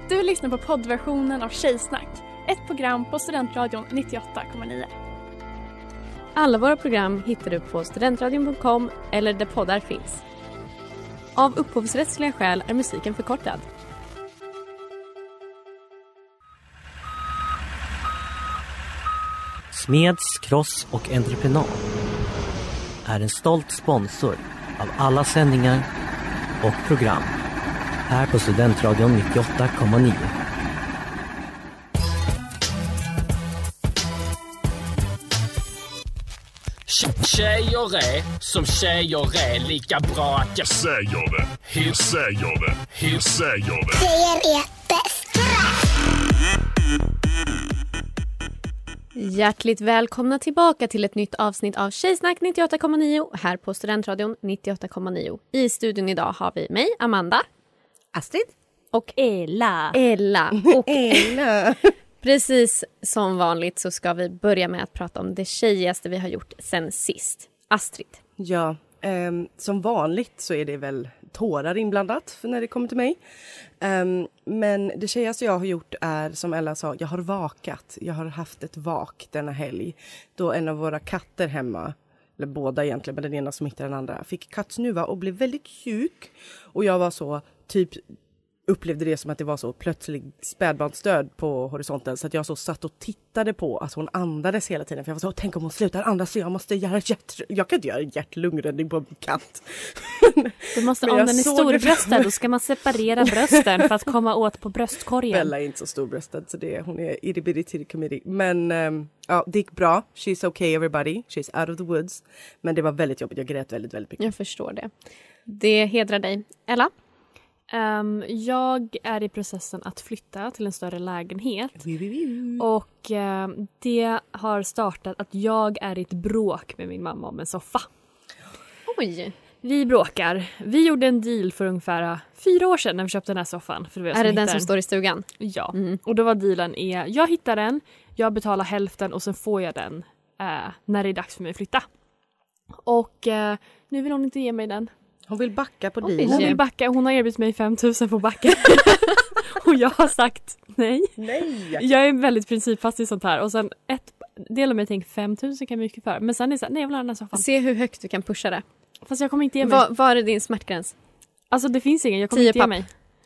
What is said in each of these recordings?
Du lyssnar på poddversionen av Tjejsnack, ett program på Studentradion 98,9. Alla våra program hittar du på studentradion.com eller där poddar finns. Av upphovsrättsliga skäl är musiken förkortad. Smeds, Cross och Entreprenad är en stolt sponsor av alla sändningar och program här på Studentradion 98,9. Tjejer är som tjejer är, lika bra att jag säger det. Hur säger det? Hur säger det? Tjejer är bäst. Hjärtligt välkomna tillbaka till ett nytt avsnitt av Tjejsnack 98,9 här på Studentradion 98,9. I studion idag har vi mig, Amanda, Astrid och Ella. Och precis som vanligt så ska vi börja med att prata om det tjejigaste vi har gjort sen sist. Astrid. Ja, som vanligt så är det väl tårar inblandat för när det kommer till mig. Men det tjejigaste jag har gjort är, som Ella sa, jag har vakat. Jag har haft ett vak denna helg. Då en av våra katter hemma, eller båda egentligen, men den ena som hittade den andra, fick kattsnuva och blev väldigt sjuk. Och jag var så, upplevde det som att det var så plötslig spädbarnsdöd på horisonten, så att jag så satt och tittade på att hon andades hela tiden, för jag var så, tänk om hon slutar andas så jag måste göra jag kan inte göra hjärt-lungräddning på en katt. Du måste, om den är storbröstad, då ska man separera brösten för att komma åt på bröstkorgen. Bella är inte så storbröstad, så hon är itty-bitty committee. Men ja, det gick bra. She's okay everybody. She's out of the woods. Men det var väldigt jobbigt. Jag grät väldigt, väldigt mycket. Jag förstår det. Det hedrar dig. Ella? Jag är i processen att flytta till en större lägenhet. Och det har startat att jag är i ett bråk med min mamma om en soffa. Oj! Vi bråkar. Vi gjorde en deal för ungefär 4 år sedan när vi köpte den här soffan. För är det den som står i stugan? Ja, och då var dealen jag hittar den, jag betalar hälften och sen får jag den när det är dags för mig att flytta. Och nu vill hon inte ge mig den. Hon vill backa på dig. Hon vill backa. Hon har erbjudit mig 5 000 för att backa. Och jag har sagt nej. Jag är väldigt principfast i sånt här. Och sen ett del av mig tänker 5 000 kan mycket för. Men sen är det så här, nej jag vill ha den här soffan. Se hur högt du kan pusha det. Fast jag kommer inte ge mig. Vad är din smärtgräns? Alltså det finns ingen, jag kommer inte ge mig.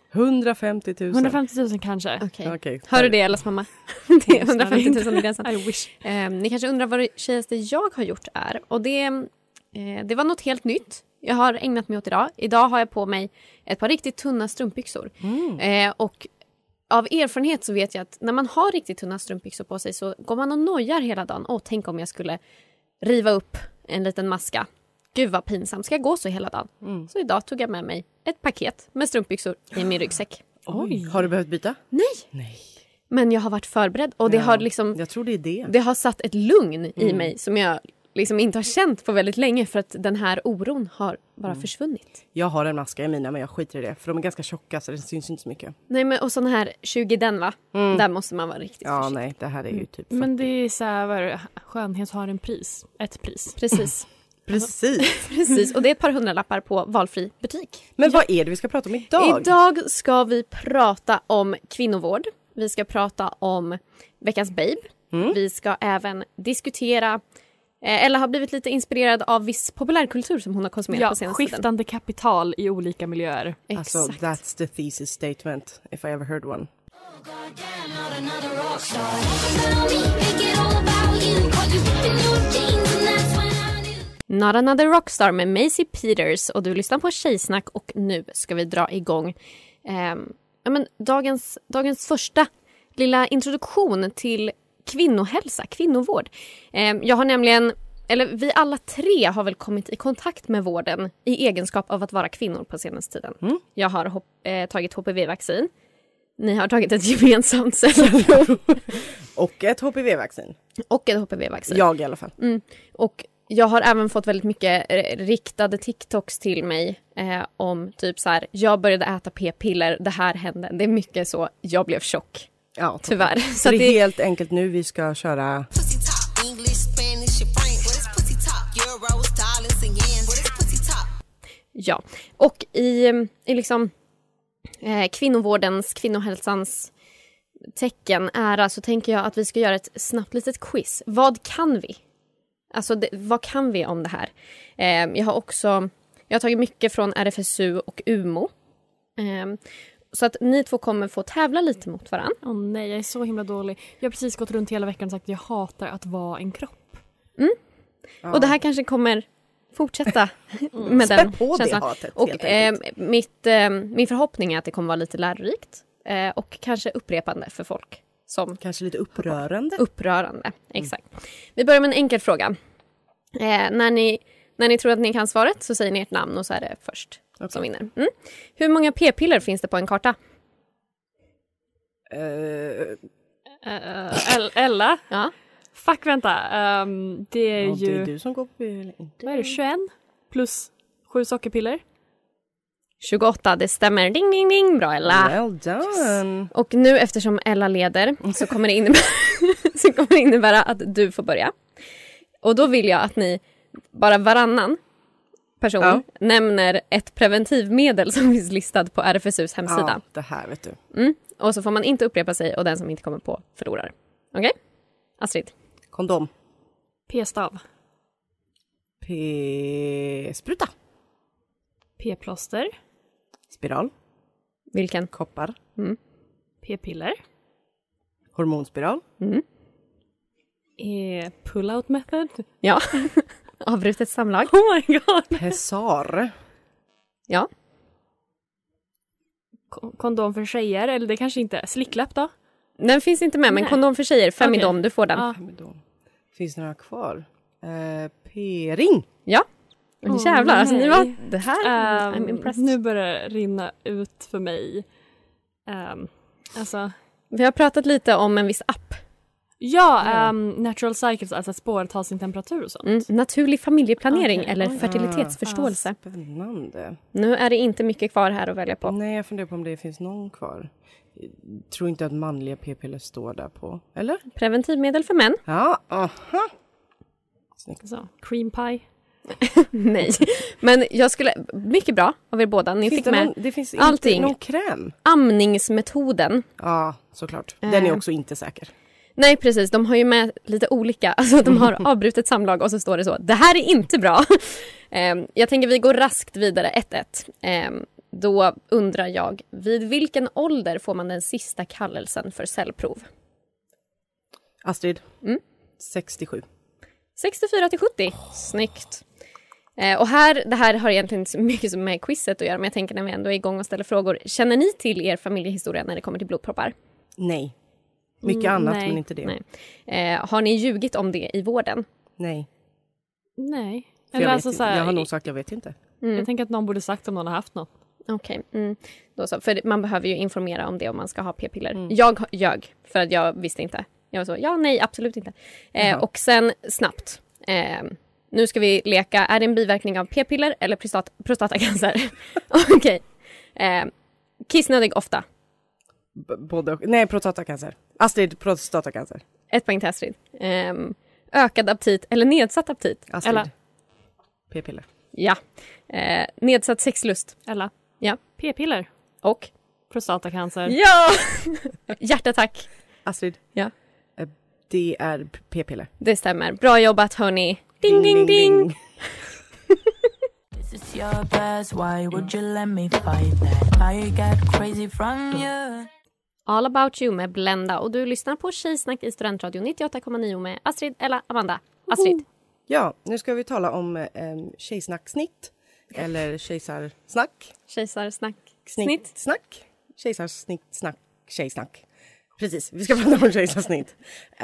150 000. 150 000 kanske. Okay. Hör du det, Ellas mamma? Det är 150 000 gränsen. I wish. Ni kanske undrar vad det tjejigaste jag har gjort är. Och det var något helt nytt. Jag har ägnat mig åt idag. Idag har jag på mig ett par riktigt tunna strumpbyxor. Och av erfarenhet så vet jag att när man har riktigt tunna strumpbyxor på sig så går man och nojar hela dagen. Tänk om jag skulle riva upp en liten maska. Gud vad pinsamt, ska jag gå så hela dagen? Så idag tog jag med mig ett paket med strumpbyxor i min ryggsäck. Oj. Har du behövt byta? Nej. Men jag har varit förberedd och det har liksom... Jag tror det är det. Det har satt ett lugn i mig som jag liksom inte har känt på väldigt länge, för att den här oron har bara försvunnit. Jag har en maska i mina, men jag skiter i det. För de är ganska tjocka så det syns inte så mycket. Nej, men och sån här 20 den va? Där måste man vara riktigt försiktig. Nej, det här är ju typ 40. Men det är så här, skönhet har en pris. Ett pris. Precis. Precis. Och det är ett par hundralappar på valfri butik. Men vad är det vi ska prata om idag? Idag ska vi prata om kvinnovård. Vi ska prata om veckans babe. Vi ska även diskutera eller har blivit lite inspirerad av viss populärkultur som hon har konsumerat på senaste tiden. Skiftande kapital i olika miljöer. Alltså, that's the thesis statement, if I ever heard one. Not Another Rockstar med Macy Peters, och du lyssnar på Tjejsnack, och nu ska vi dra igång dagens första lilla introduktion till kvinnohälsa, kvinnovård. Jag har nämligen, eller vi alla tre har väl kommit i kontakt med vården i egenskap av att vara kvinnor på senaste tiden. Jag har tagit HPV-vaccin. Ni har tagit ett gemensamt cellprov. Och ett HPV-vaccin. Jag i alla fall. Och jag har även fått väldigt mycket riktade TikToks till mig om typ så här: jag började äta p-piller, det här hände. Det är mycket så, jag blev tjock. Ja, tyvärr. Så det är helt enkelt nu vi ska köra... Ja, och i liksom kvinnovårdens, kvinnohälsans tecken, ära, så tänker jag att vi ska göra ett snabbt litet quiz. Vad kan vi? Alltså, vad kan vi om det här? Jag har tagit mycket från RFSU och UMO. Så att ni två kommer få tävla lite mot varandra. Åh nej, jag är så himla dålig. Jag har precis gått runt hela veckan och sagt att jag hatar att vara en kropp. Ja. Och det här kanske kommer fortsätta med den på känslan. Det hatet, och min förhoppning är att det kommer vara lite lärorikt och kanske upprepande för folk. Kanske lite upprörande. Upprörande, exakt. Vi börjar med en enkel fråga. När ni tror att ni kan svaret så säger ni ert namn och så är det först som vinner. Hur många p-piller finns det på en karta? Ella? Ja. Fuck, vänta. Det är ju... Det är du som går på p-piller. Vad är det? 21 plus 7 sockerpiller? 28, det stämmer. Ding, ding, ding. Bra, Ella. Well done. Och nu eftersom Ella leder så kommer det innebära att du får börja. Och då vill jag att ni bara varannan person nämner ett preventivmedel som finns listad på RFSUs hemsida. Ja, det här vet du. Och så får man inte upprepa sig och den som inte kommer på förlorar. Okej? Astrid? Kondom. P-stav. P-spruta. P-plåster. Spiral. Vilken? Koppar. P-piller. Hormonspiral. Pull-out method. Ja. Avbrutet samlag. Oh my god. Pessar. Ja. Kondom för tjejer, eller det kanske inte är. Slicklapp då? Den finns inte med, men kondom för tjejer. 5 Okej. i dem, du får den. Ja. Finns det några kvar? P-ring. Ja. Jävlar, alltså ni var... nej. Det här... I'm impressed. Nu börjar det rinna ut för mig. Alltså... Vi har pratat lite om en viss app. Ja, Natural Cycles, alltså att spår tar sin temperatur och sånt. Naturlig familjeplanering Okej. eller fertilitetsförståelse. Spännande. Nu är det inte mycket kvar här att välja på. Nej, jag funderar på om det finns någon kvar. Jag tror inte att manliga p-piller står där på. Eller? Preventivmedel för män? Ja, aha. Så, cream pie. Nej. Men jag skulle... Mycket bra av er båda. Ni fick med det finns allting. Inte någon kräm. Amningsmetoden. Ja, såklart. Den är också inte säker. Nej, precis. De har ju med lite olika. Alltså de har avbrutet samlag och så står det så. Det här är inte bra. Jag tänker vi går raskt vidare. 1-1. Då undrar jag, vid vilken ålder får man den sista kallelsen för cellprov? Astrid. 67. 64 till 70. Snyggt. Och det här har egentligen inte så mycket med quizet att göra, men jag tänker när vi ändå är igång och ställer frågor. Känner ni till er familjehistoria när det kommer till blodproppar? Nej. Mycket annat, nej. men inte det. Nej. Har ni ljugit om det i vården? Nej. Nej. För Eller jag, alltså, vet, så här, jag har nog sagt jag vet inte. jag tänker att någon borde sagt om någon har haft något. Okej. Då så. För man behöver ju informera om det om man ska ha p-piller. Jag ljög för att jag visste inte. Jag var så, ja, nej, absolut inte. Och sen snabbt. Nu ska vi leka, är det en biverkning av p-piller eller prostatacancer? Okej. Kissnödig ofta. Nej, prostatacancer. Astrid, prostatacancer. 1 poäng till Astrid. Ökad aptit eller nedsatt aptit? Astrid. Eller? P-piller. Ja. Nedsatt sexlust? Eller? Ja. P-piller. Och? Prostatacancer. Ja! Hjärtattack? Astrid. Ja. Det är p-piller. Det stämmer. Bra jobbat, hörni. Ding, ding, ding! This is your best, why would you let me fight that? I got crazy from you. All about you med Blenda. Och du lyssnar på Tjejsnack i Studentradion 98,9 med Astrid, Ella, Amanda. Astrid. Ja, nu ska vi tala om tjejsnacksnitt. Eller kejsarsnack. Kejsarsnack. Snack. Kejsarsnitt, snack, tjejsnack. Precis, vi ska prata om kejsarsnitt.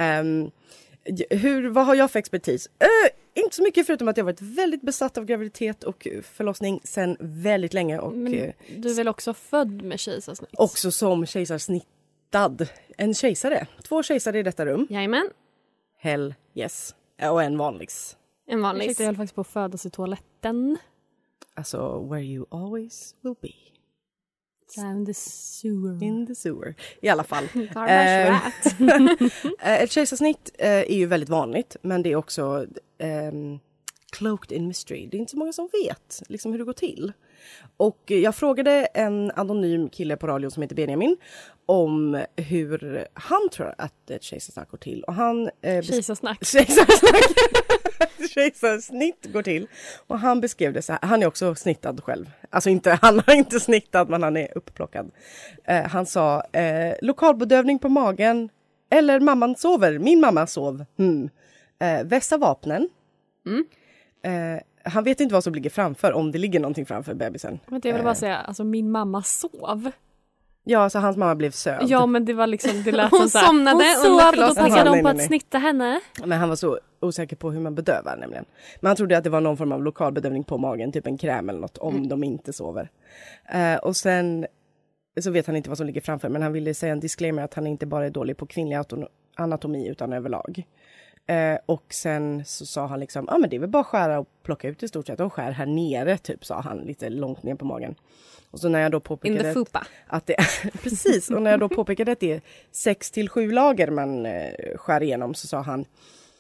Vad har jag för expertis? Inte så mycket, förutom att jag varit väldigt besatt av graviditet och förlossning sedan väldigt länge. Och, Men du är väl också född med kejsarsnitt? också som kejsarsnittad. En kejsare. 2 kejsare i detta rum. Jajamän. Hell yes. Och en vanligs. En vanlig. Jag höll faktiskt på att födas i toaletten. Alltså, where you always will be. In the sewer. In the sewer. I alla fall. Garbage rat. Ett kejsarsnitt är ju väldigt vanligt, men det är också cloaked in mystery. Det är inte så många som vet liksom hur det går till. Och jag frågade en anonym kille på radion som heter Benjamin om hur han tror att ett kejsarsnack går till. Och han... Kejsarsnitt går till. Och han beskrev det så här. Han är också snittad själv. Alltså han har inte snittat, men han är upplockad. Han sa lokalbedövning på magen. Eller mamman sover. Min mamma sov. Vässa vapnen. Han vet inte vad som ligger framför, om det ligger någonting framför bebisen. Men jag vill bara säga, alltså min mamma sov. Ja, så hans mamma blev sövd. Ja, men det var liksom, det lät hon så här. Somnade hon sov och då tackade de på att nej. snitta henne. Men han var så osäker på hur man bedövar nämligen. Men han trodde att det var någon form av lokalbedövning på magen, typ en kräm eller något, om de inte sover. Och sen så vet han inte vad som ligger framför, men han ville säga en disclaimer att han inte bara är dålig på kvinnlig anatomi utan överlag. Och sen så sa han liksom, men det är väl bara skära och plocka ut i stort sett. Och skär här nere, typ, sa han lite långt ner på magen. Och så när jag då påpekade att det precis, och när jag då påpekade att det är 6-7 lager man skär igenom, så sa han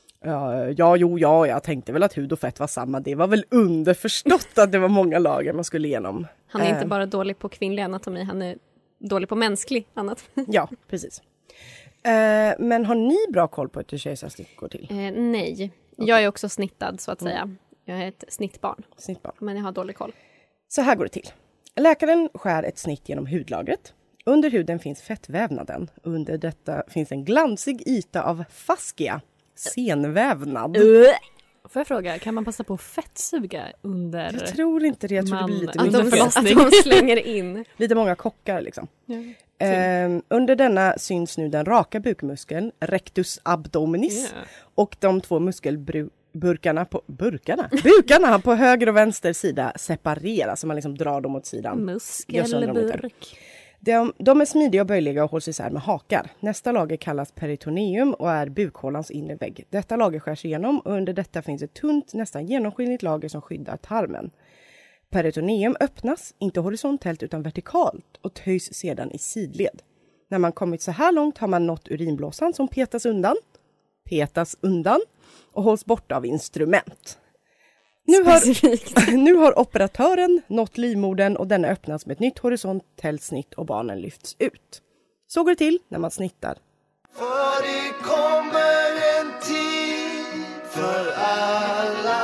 jag tänkte väl att hud och fett var samma. Det var väl underförstått att det var många lager man skulle igenom. Han är inte bara dålig på kvinnlig anatomi, han är dålig på mänsklig anatomi. Ja, precis. Men har ni bra koll på hur kejsarsnitt går till? Nej, okay. Jag är också snittad så att säga. Jag är ett snittbarn. Men jag har dålig koll. Så här går det till. Läkaren skär ett snitt genom hudlagret. Under huden finns fettvävnaden. Under detta finns en glansig yta av fascia, senvävnad. Får jag fråga, kan man passa på att fettsuga under... Jag tror inte det, jag tror det blir lite mindre. Att de slänger in. Lite många kockar liksom. Under denna syns nu den raka bukmuskeln, rectus abdominis, och de 2 muskelbukarna på höger och vänster sida separeras, så man liksom drar dem åt sidan. Muskelburk. De är smidiga och böjliga och hålls isär med hakar. Nästa lager kallas peritoneum och är bukhålans inre vägg. Detta lager skärs igenom och under detta finns ett tunt, nästan genomskinligt lager som skyddar tarmen. Peritoneum öppnas, inte horisontellt utan vertikalt, och töjs sedan i sidled. När man kommit så här långt har man nått urinblåsan som petas undan och hålls borta av instrument. Nu har operatören nått livmodern och denna öppnas med ett nytt horisontellt snitt och barnen lyfts ut. Så går det till när man snittar. För det kommer en tid för alla.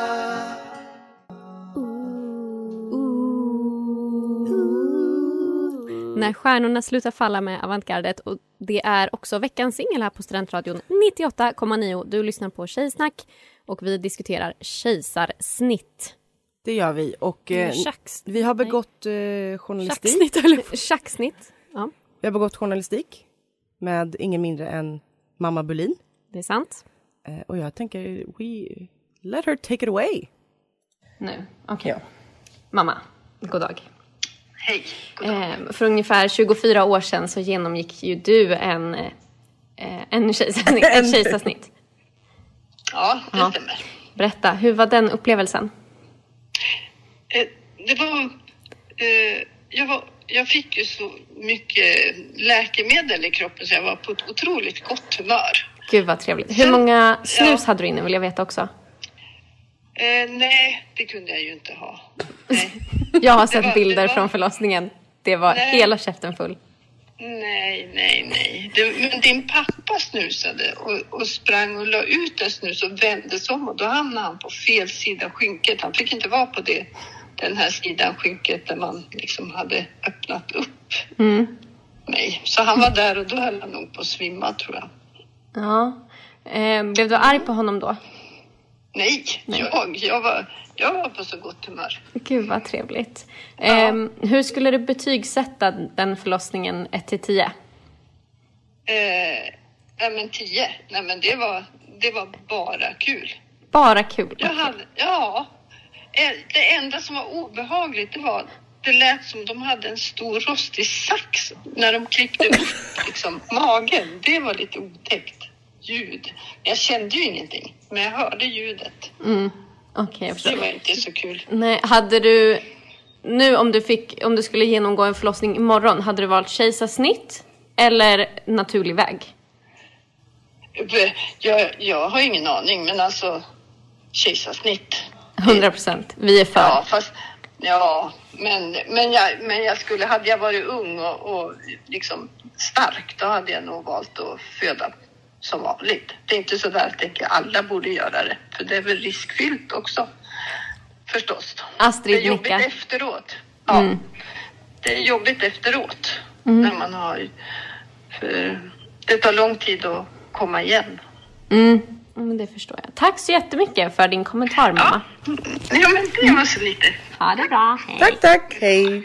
När stjärnorna slutar falla med avantgardet, och det är också veckans singel här på Studentradion 98,9. Du lyssnar på Tjejsnack och vi diskuterar kejsarsnitt. Det gör vi, och vi har begått journalistik. Schacksnitt. Ja. Vi har begått journalistik med ingen mindre än Mamma Bulin. Det är sant. Och jag tänker, let her take it away. Nu, okej. Ja. Mamma, god dag. Hej. För ungefär 24 år sedan så genomgick ju du en kejsarsnitt. Ja, det stämmer. Berätta, hur var den upplevelsen? Det var... Jag fick ju så mycket läkemedel i kroppen så jag var på ett otroligt gott humör. Gud vad trevligt. Hur många snus hade du inne, vill jag veta också? Nej, det kunde jag ju inte ha. Nej. Jag har sett bilder från förlossningen. Det var hela käften full. Nej. Men din pappa snusade och sprang och la ut en snus och vände sig om. Och då hamnade han på fel sida skynket. Han fick inte vara på den här sidan skynket där man liksom hade öppnat upp mig. Så han var där och då höll han nog på att svimma, tror jag. Ja. Blev du arg på honom då? Nej. Jag var på så gott humör. Gud vad trevligt. Hur skulle du betygsätta den förlossningen 1-10? Men 10. Nej, men det var bara kul. Bara kul? Det enda som var obehagligt det lät som de hade en stor rostig sax när de klippte upp liksom, magen. Det var lite otäckt ljud. Jag kände ju ingenting, men jag hörde ljudet. Okay, det var inte så kul. Nej, hade du nu om du skulle genomgå en förlossning imorgon, hade du valt kejsarsnitt eller naturlig väg? Jag har ingen aning, men alltså kejsarsnitt. 100%. Vi är för. Ja, Ja, men jag skulle, hade jag varit ung och liksom stark, då hade jag nog valt att föda som vanligt. Det är inte så där att jag alla borde göra det, för det är väl riskfyllt också, förstås. Astrid det är jobbigt nickar. Efteråt. Ja, det är jobbigt efteråt när man har, för det tar lång tid att komma igen. Men det förstår jag. Tack så jättemycket för din kommentar, mamma. Ja, men det var så lite. Ha det bra. Hej. Tack, hej.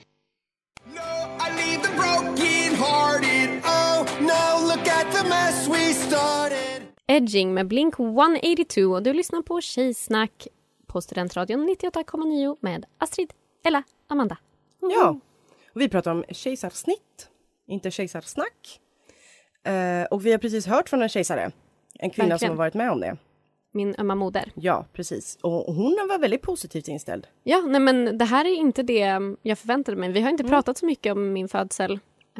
Edging med Blink 182 och du lyssnar på Tjejsnack på Studentradion 98,9 med Astrid, Ella, Amanda. Ja, och vi pratar om kejsarsnitt, inte kejsarsnack. Och vi har precis hört från en kejsare, en kvinna Verkligen. som har varit med om det. Min ömma moder. Ja, precis. Och hon var väldigt positivt inställd. Ja, nej men det här är inte det jag förväntade mig. Vi har inte pratat så mycket om min födsel.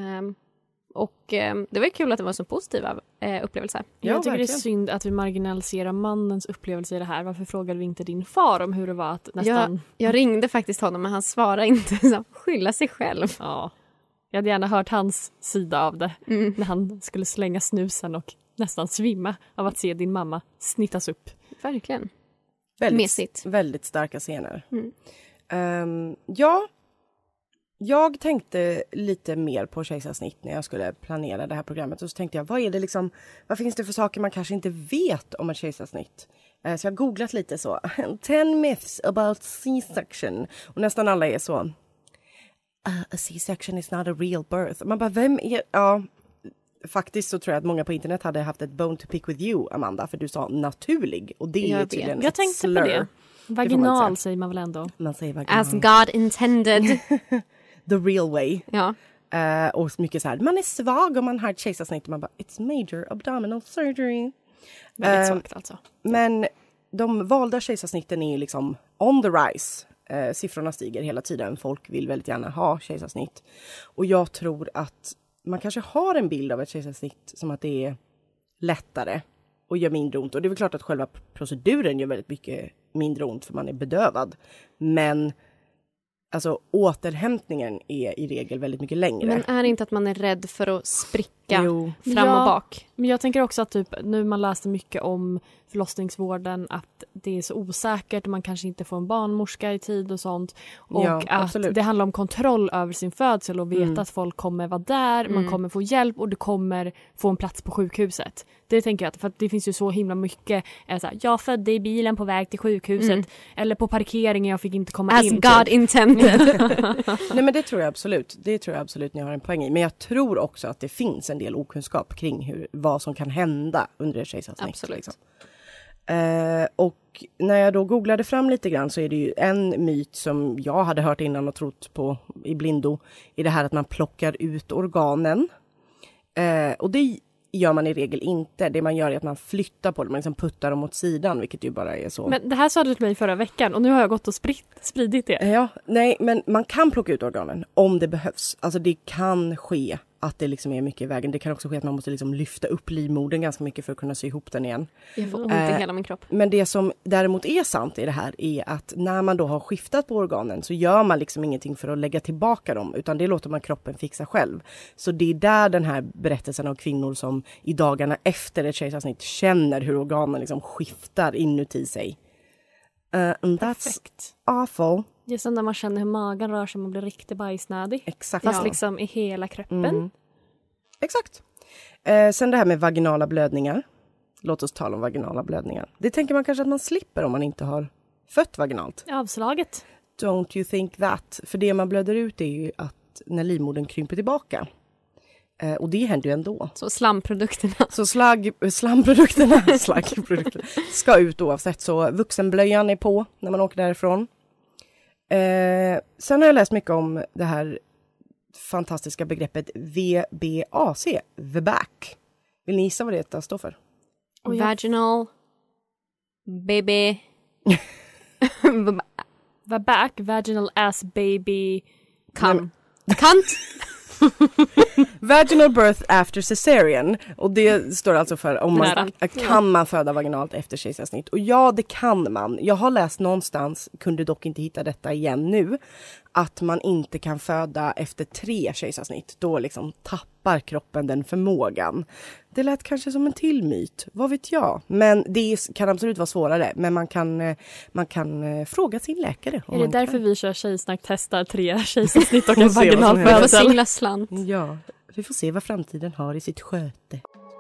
Det var kul att det var så positiv upplevelse. Ja, Jag tycker verkligen. det är synd att vi marginaliserar mannens upplevelse i det här. Varför frågade vi inte din far om hur det var att nästan... Jag ringde faktiskt honom men han svarade inte. Så skylla sig själv. Ja. Jag hade gärna hört hans sida av det. När han skulle slänga snusen och nästan svimma av att se din mamma snittas upp. Verkligen. Mesigt. Väldigt starka scener. Ja, jag tänkte lite mer på kejsarsnitt när jag skulle planera det här programmet. Och så tänkte jag, vad finns det för saker man kanske inte vet om ett kejsarsnitt? Så jag har googlat lite så. 10 myths about C-section. Och nästan alla är så. A C-section is not a real birth. Man bara, vem är... Ja, faktiskt så tror jag att många på internet hade haft ett bone to pick with you, Amanda. För du sa naturlig. Och det är tydligen jag tänkte slur. på det. Vaginal säger man väl ändå. Man säger vaginal. As God intended. The real way. Ja. Och mycket så här, man är svag om man har ett kejsarsnitt. Och man bara, it's major abdominal surgery. Väldigt svagt alltså. Men de valda kejsarsnitten är ju liksom on the rise. Siffrorna stiger hela tiden. Folk vill väldigt gärna ha kejsarsnitt. Och jag tror att man kanske har en bild av ett kejsarsnitt som att det är lättare och gör mindre ont. Och det är väl klart att själva proceduren gör väldigt mycket mindre ont för man är bedövad. Men alltså återhämtningen är i regel väldigt mycket längre. Men är det inte att man är rädd för att spricka fram Ja, och bak? Men jag tänker också att typ, nu man läste mycket om förlossningsvården, att det är så osäkert och man kanske inte får en barnmorska i tid och sånt. Och Ja, att absolut. det handlar om kontroll över sin födsel och veta att folk kommer vara där, man kommer få hjälp och du kommer få en plats på sjukhuset. Det tänker jag, att, för att det finns ju så himla mycket. Så här, jag födde i bilen på väg till sjukhuset eller på parkeringen, jag fick inte komma As in. God intended. Nej, men det tror jag absolut. Det tror jag absolut ni har en poäng i. Men jag tror också att det finns en del okunskap kring vad som kan hända under ett kejsarsnitt. Absolut. Liksom. Och när jag då googlade fram lite grann så är det ju en myt som jag hade hört innan och trott på i blindo. I det här att man plockar ut organen. Och det gör man i regel inte. Det man gör är att man flyttar på dem. Man liksom puttar dem åt sidan, vilket ju bara är så. Men det här sa du till mig förra veckan och nu har jag gått och spridit det. Ja, nej, men man kan plocka ut organen om det behövs. Alltså det kan ske att det liksom är mycket i vägen. Det kan också ske att man måste liksom lyfta upp livmodern ganska mycket för att kunna sy ihop den igen. Jag får ont i hela min kropp. Men det som däremot är sant i det här är att när man då har skiftat på organen så gör man liksom ingenting för att lägga tillbaka dem, utan det låter man kroppen fixa själv. Så det är där den här berättelsen av kvinnor som i dagarna efter ett kejsarsnitt känner hur organen liksom skiftar inuti sig. And that's awful. Det är som när man känner hur magen rör sig och man blir riktigt bajsnödig. Exakt. Fast liksom i hela kroppen. Exakt. Sen det här med vaginala blödningar. Låt oss tala om vaginala blödningar. Det tänker man kanske att man slipper om man inte har fött vaginalt. Avslaget. Don't you think that? För det man blöder ut är ju att när livmodern krymper tillbaka. Och det händer ju ändå. Så slamprodukterna. Så slaggprodukterna ska ut oavsett. Så vuxenblöjan är på när man åker därifrån. Sen har jag läst mycket om det här fantastiska begreppet VBAC, VBAC. Vill ni gissa vad det står för? Vaginal baby Vaginal ass baby cum. Cunt. Vaginal birth after cesarean. Och det står alltså för om man, kan man föda vaginalt efter kejsarsnitt. Och ja, det kan man. Jag har läst någonstans, kunde dock inte hitta detta igen nu, att man inte kan föda efter 3 kejsarsnitt. Då liksom tappar kroppen den förmågan. Det lät kanske som en till myt, vad vet jag. Men det kan absolut vara svårare. Men man kan fråga sin läkare. Är det därför vi kör tjejsnack, testar 3 kejsarsnitt och en vaginal födsel? För singla slant. Ja, vi får se vad framtiden har i sitt sköte.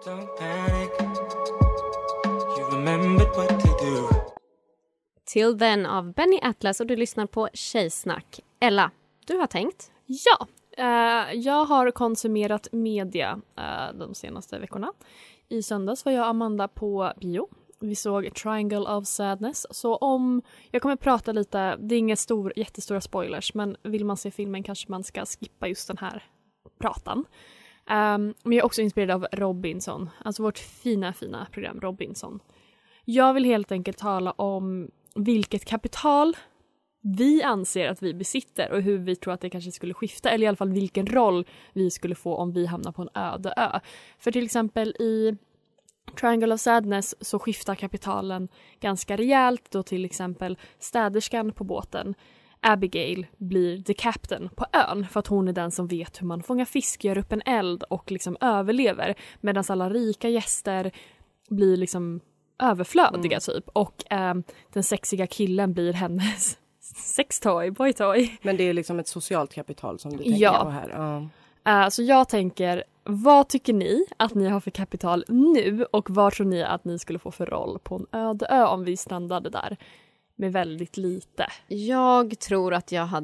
Till then av Benny Atlas och du lyssnar på Tjejsnack. Ella, du har tänkt? Ja, jag har konsumerat media de senaste veckorna. I söndags var jag och Amanda på bio. Vi såg Triangle of Sadness. Så jag kommer prata lite, det är inga jättestora spoilers, men vill man se filmen kanske man ska skippa just den här pratan. Men jag är också inspirerad av Robinson, alltså vårt fina program Robinson. Jag vill helt enkelt tala om vilket kapital vi anser att vi besitter och hur vi tror att det kanske skulle skifta, eller i alla fall vilken roll vi skulle få om vi hamnar på en öde ö. För till exempel i Triangle of Sadness så skiftar kapitalen ganska rejält, då till exempel städerskan på båten Abigail blir the captain på ön för att hon är den som vet hur man fångar fisk, gör upp en eld och liksom överlever, medan alla rika gäster blir liksom överflödiga typ, och den sexiga killen blir hennes sextoy, boytoy. Men det är liksom ett socialt kapital som du tänker på här. Så jag tänker, vad tycker ni att ni har för kapital nu och vad tror ni att ni skulle få för roll på en öde ö om vi strandade där med väldigt lite? Jag tror att jag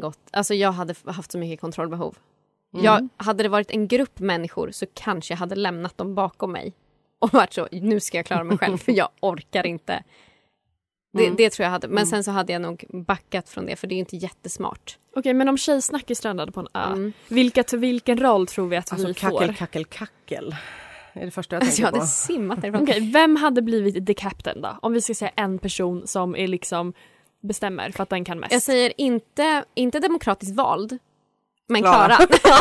hade haft så mycket kontrollbehov. Hade det varit en grupp människor så kanske jag hade lämnat dem bakom mig och varit så, nu ska jag klara mig själv för jag orkar inte. Det tror jag hade. Men sen så hade jag nog backat från det, för det är inte jättesmart. Okej, men om Tjejsnack är strandade på en ö, vilken roll tror vi att vi får? Kackel. Är det första jag tänker jag hade simmat därifrån. Okej, vem hade blivit the captain då? Om vi ska säga en person som är liksom bestämmer för att den kan mest. Jag säger inte demokratiskt vald, men Klara.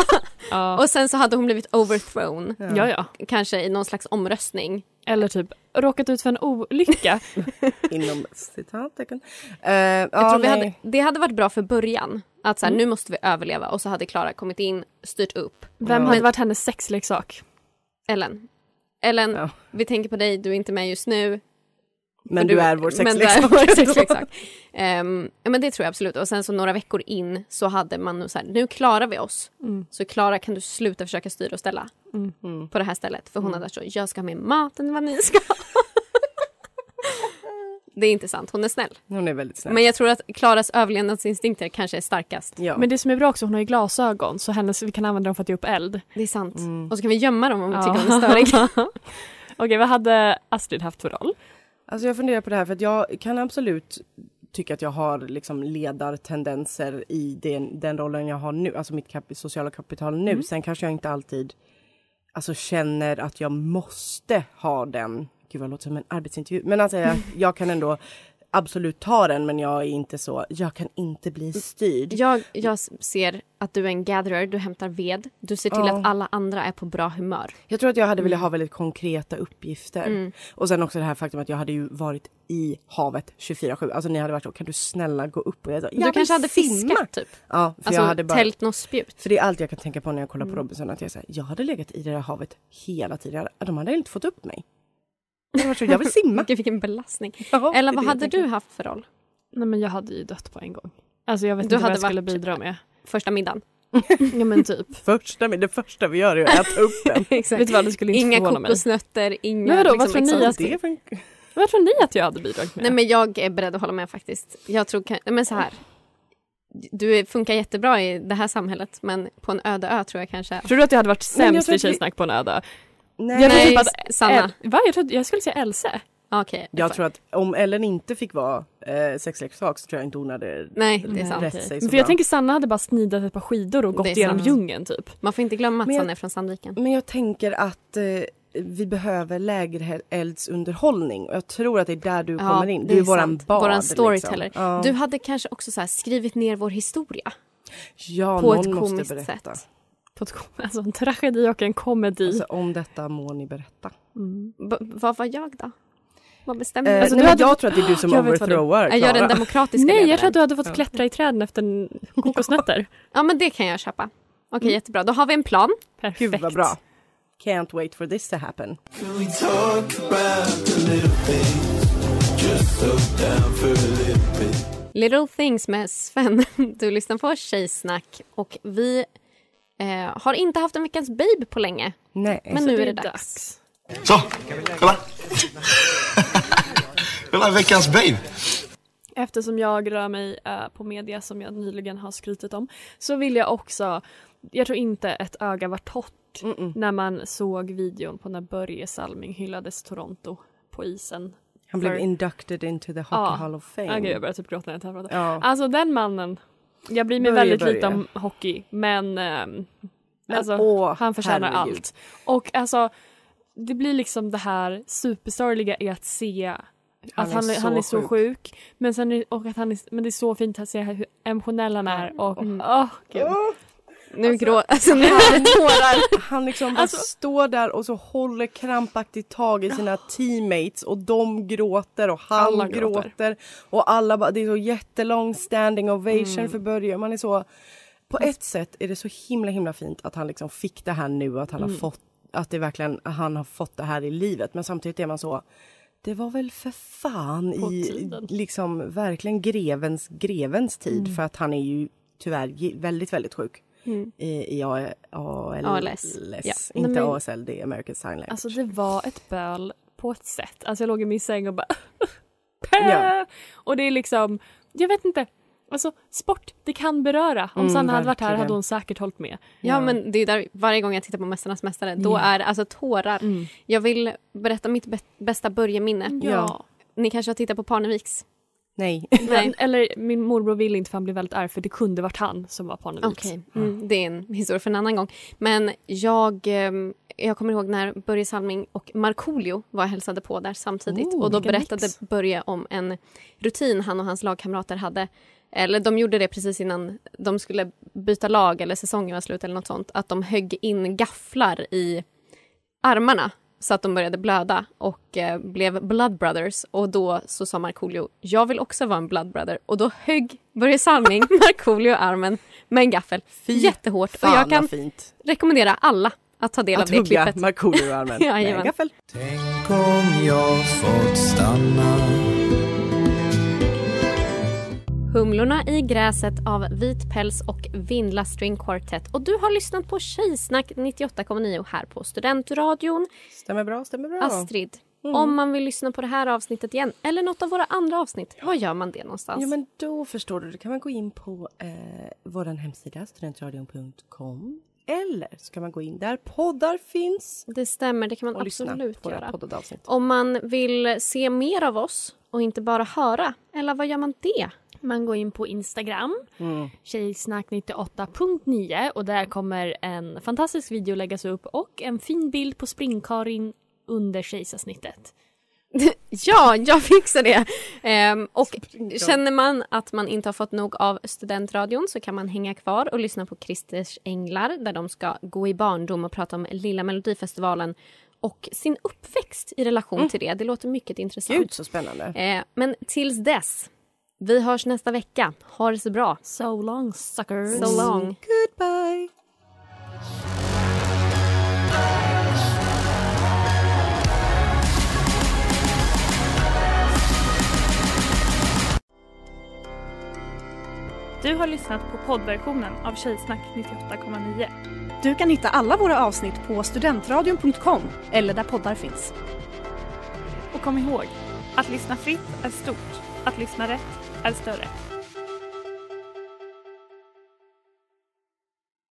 Och sen så hade hon blivit overthrown. Ja. Kanske i någon slags omröstning. Eller typ råkat ut för en olycka. Inom citattecken. Jag tror det hade varit bra för början. Att så här, nu måste vi överleva. Och så hade Klara kommit in, styrt upp. Vem hade varit hennes sexleksak? Ellen, vi tänker på dig, du är inte med just nu. Men du är vår sexleksak. Men det tror jag absolut. Och sen så några veckor in så hade man nu så här, nu klarar vi oss. Så Klara, kan du sluta försöka styra och ställa på det här stället. För hon hade så, jag ska ha mer mat än vad ni ska. Det är inte sant, hon är snäll. Hon är väldigt snäll. Men jag tror att Klaras överlevnadsinstinkter kanske är starkast. Ja. Men det som är bra också, hon har ju glasögon. Så vi kan använda dem för att ge upp eld. Det är sant. Och så kan vi gömma dem om vi tycker de är störiga. Okej, vad hade Astrid haft för roll? Alltså jag funderar på det här för att jag kan absolut tycka att jag har liksom ledartendenser i den rollen jag har nu. Alltså mitt sociala kapital nu. Sen kanske jag inte alltid känner att jag måste ha den. Gud, vad låter som en arbetsintervju. Men alltså jag kan ändå absolut ta den, men jag är inte så. Jag kan inte bli styrd. Jag ser att du är en gatherer, du hämtar ved. Du ser till att alla andra är på bra humör. Jag tror att jag hade velat ha väldigt konkreta uppgifter. Och sen också det här faktum att jag hade ju varit i havet 24/7. Alltså ni hade varit så, kan du snälla gå upp? Och du kanske hade fiskat typ. Ja, för alltså jag hade bara tält något spjut. För det är allt jag kan tänka på när jag kollar på Robinson, att jag hade legat i det där havet hela tiden. De hade inte fått upp mig. Jag vill simma. Vilken belastning. Eller vad hade du haft för roll? Nej, men jag hade ju dött på en gång. Alltså jag vet inte vad jag skulle bidra med. Första middagen. Ja, men typ. Det första vi gör är att äta upp den. Exakt. Vet du vad, det skulle inte inga förvåna mig. kokosnötter, inga... Men vadå, vad tror ni att jag hade bidragit med? Nej, men jag är beredd att hålla med faktiskt. Jag tror, men så här. Du funkar jättebra i det här samhället, men på en öde ö tror jag kanske... Tror du att jag hade varit sämst i Tjejsnack på en öde ö? Nej, Sanna. Jag skulle säga Else. Okay, jag tror att om Ellen inte fick vara sexleksak så tror jag inte hon hade rätt sig så för jag tänker Sanna hade bara snidat ett par skidor och gått igenom djungeln typ. Man får inte glömma att Sanna är från Sandviken. Men jag tänker att vi behöver lägereldsunderhållning och jag tror att det är där du kommer in. Du är våran bard. Våran storyteller. Liksom. Ja. Du hade kanske också så här skrivit ner vår historia. Ja, på någon ett komiskt måste berätta. sätt. Alltså en tragedi och en komedi. Alltså, om detta må ni berätta. Vad var jag då? Vad bestämde alltså, jag tror att det är du som overthrowar. Jag gör den demokratiska Nej, ledaren. jag tror att du hade fått klättra i träden efter en kokosnötter. Ja, men det kan jag köpa. Okej, jättebra. Då har vi en plan. Perfekt. Gud vad bra. Can't wait for this to happen. Little Things med Sven. Du lyssnar på Tjejsnack. Och vi har inte haft en veckans babe på länge. Nej. Men nu är det dags. Så, kolla. Kolla veckans babe. Eftersom jag rör mig på media som jag nyligen har skrytit om, så vill jag också, jag tror inte ett öga var torrt när man såg videon på när Börje Salming hyllades Toronto på isen. Han blev inducted into the Hockey Hall of Fame. Okay, jag börjar typ gråta när jag pratar. Ja. Alltså den mannen, jag bryr mig väldigt lite om hockey, men alltså, han förtjänar allt. Och alltså, det blir liksom det här superstarliga i att se att han är så sjuk. Men sen men det är så fint att se hur emotionell han är. Och gud. Nu alltså, nu är det tårar. Han liksom bara står där och så håller krampaktigt tag i sina teammates och de gråter och han gråter. Och alla bara, det är så jättelång standing ovation för Börje. Man är så, på ett sätt är det så himla fint att han liksom fick det här nu och att han har fått, att det verkligen, han har fått det här i livet. Men samtidigt är man så, det var väl för fan i liksom verkligen grevens tid, för att han är ju tyvärr väldigt, väldigt sjuk. I ALS. Ja. Inte ASL, det är American Sign Language. Alltså det var ett böl på ett sätt. Alltså jag låg i min säng och bara och det är liksom, jag vet inte. Alltså sport, det kan beröra. Om Sanna hade varit här hade hon säkert hållit med. Ja, men det är där varje gång jag tittar på Mästarnas mästare, då är det alltså tårar. Jag vill berätta mitt bästa börjeminne. Ja. Ni kanske har tittat på Parneviks? Nej. Eller min morbror ville inte, för han blev väldigt arg, för det kunde varit han som var Parneviks. Okej, det är en historia för en annan gång. Men jag kommer ihåg när Börje Salming och Markoolio var och hälsade på där samtidigt. Och då berättade Börje om en rutin han och hans lagkamrater hade. Eller de gjorde det precis innan de skulle byta lag eller säsongen var slut eller något sånt. Att de högg in gafflar i armarna så att de började blöda och blev blood brothers. Och då så sa Markoolio, jag vill också vara en blood brother. Och då högg Börje Salming Markoolio armen med en gaffel. Jättehårt. Och jag kan rekommendera alla att ta del av det klippet. Att hugga Markoolio armen med en gaffel. Tänk om jag fått stanna. Humlorna i gräset av Vit päls och Vindla String Quartet. Och du har lyssnat på Tjejsnack 98,9 här på Studentradion. Stämmer bra. Astrid, om man vill lyssna på det här avsnittet igen eller något av våra andra avsnitt, var gör man det någonstans? Ja, men då förstår du, kan man gå in på vår hemsida studentradion.com. Eller så kan man gå in där poddar finns. Det stämmer, det kan man absolut på göra. Poddavsnitt. Om man vill se mer av oss och inte bara höra, eller vad gör man det? Man går in på Instagram, tjejsnack98.9, och där kommer en fantastisk video läggas upp och en fin bild på springkarin under tjejsavsnittet. Ja, jag fixar det. Och känner man att man inte har fått nog av Studentradion så kan man hänga kvar och lyssna på Christers Änglar, där de ska gå i barndom och prata om Lilla Melodifestivalen och sin uppväxt i relation till det. Det låter mycket intressant. Gud, så spännande. Men tills dess, vi hörs nästa vecka. Ha det så bra. So long, suckers. So long. Goodbye. Du har lyssnat på poddversionen av Tjejsnack 98,9. Du kan hitta alla våra avsnitt på studentradion.com eller där poddar finns. Och kom ihåg, att lyssna fritt är stort, att lyssna rätt är större.